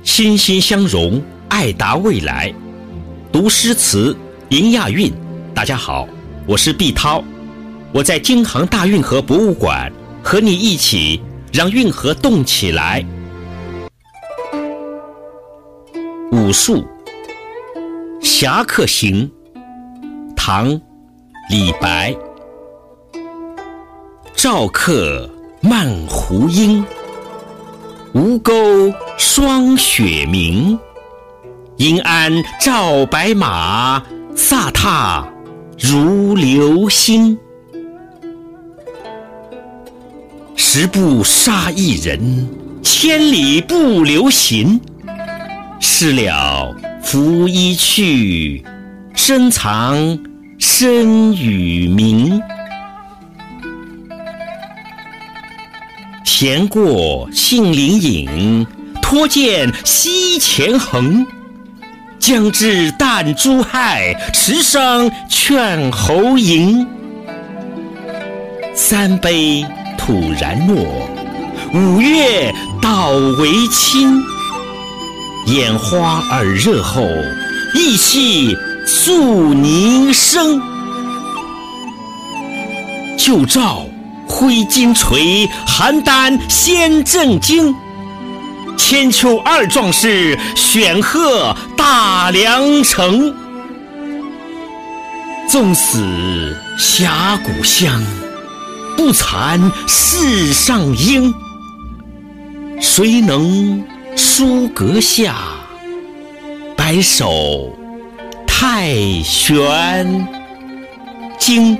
欣欣相融，爱达未来。读诗词，迎亚运。大家好，我是毕涛，我在京杭大运河博物馆和你一起让运河动起来。武术，《侠客行》，唐·李白。赵客漫胡缨，吴钩霜雪明。银鞍照白马，飒沓如流星。十步杀一人，千里不留行。事了拂衣去，深藏身与名。闲过杏林隐，脱剑西前横。将至弹珠害，持觞劝侯迎。三杯吐然诺，五岳道为清。眼花耳热后，意气肃凝声。旧诏挥金锤，邯郸先震惊。千秋二壮士，选贺大梁城。纵死峡谷乡，不惭世上英。谁能书阁下，白首太玄经。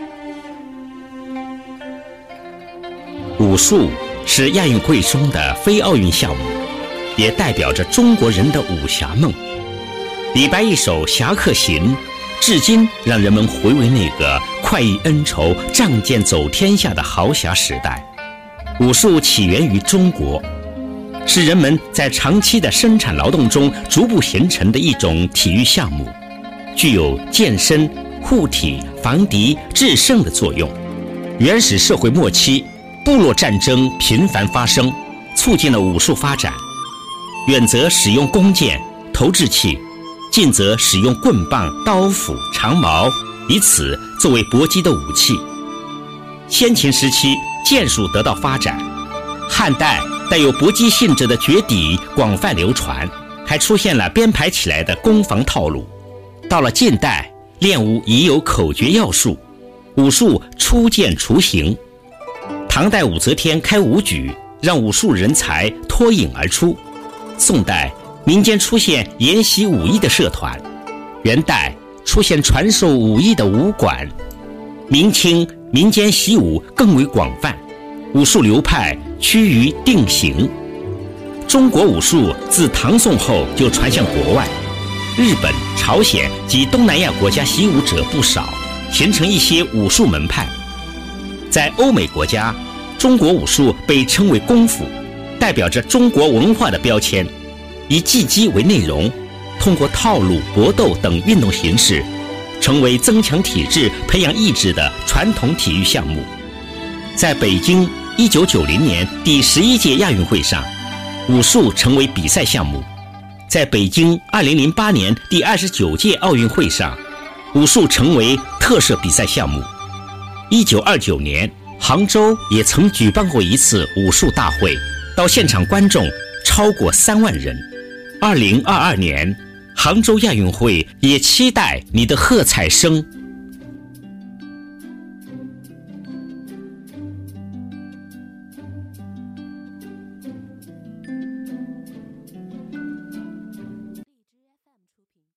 武术是亚运会中的非奥运项目，也代表着中国人的武侠梦。李白一首《侠客行》，至今让人们回味那个快意恩仇、仗剑走天下的豪侠时代。武术起源于中国，是人们在长期的生产劳动中逐步形成的一种体育项目，具有健身、护体、防敌、制胜的作用。原始社会末期，部落战争频繁发生，促进了武术发展。远则使用弓箭、投掷器，近则使用棍棒、刀斧、长矛，以此作为搏击的武器。先秦时期，剑术得到发展，汉代带有搏击性质的绝底广泛流传，还出现了编排起来的攻防套路。到了近代，练武已有口诀要术，武术出剑雏形。唐代武则天开武举，让武术人才脱颖而出。宋代民间出现研习武艺的社团，元代出现传授武艺的武馆，明清民间习武更为广泛，武术流派趋于定型。中国武术自唐宋后就传向国外，日本、朝鲜及东南亚国家习武者不少，形成一些武术门派。在欧美国家，中国武术被称为功夫，代表着中国文化的标签，以技击为内容，通过套路、搏斗等运动形式，成为增强体质、培养意志的传统体育项目。在北京1990年第11届亚运会上，武术成为比赛项目。在北京2008年第29届奥运会上，武术成为特设比赛项目。1929年，杭州也曾举办过一次武术大会，到现场观众超过3万人。2022年，杭州亚运会也期待你的喝彩声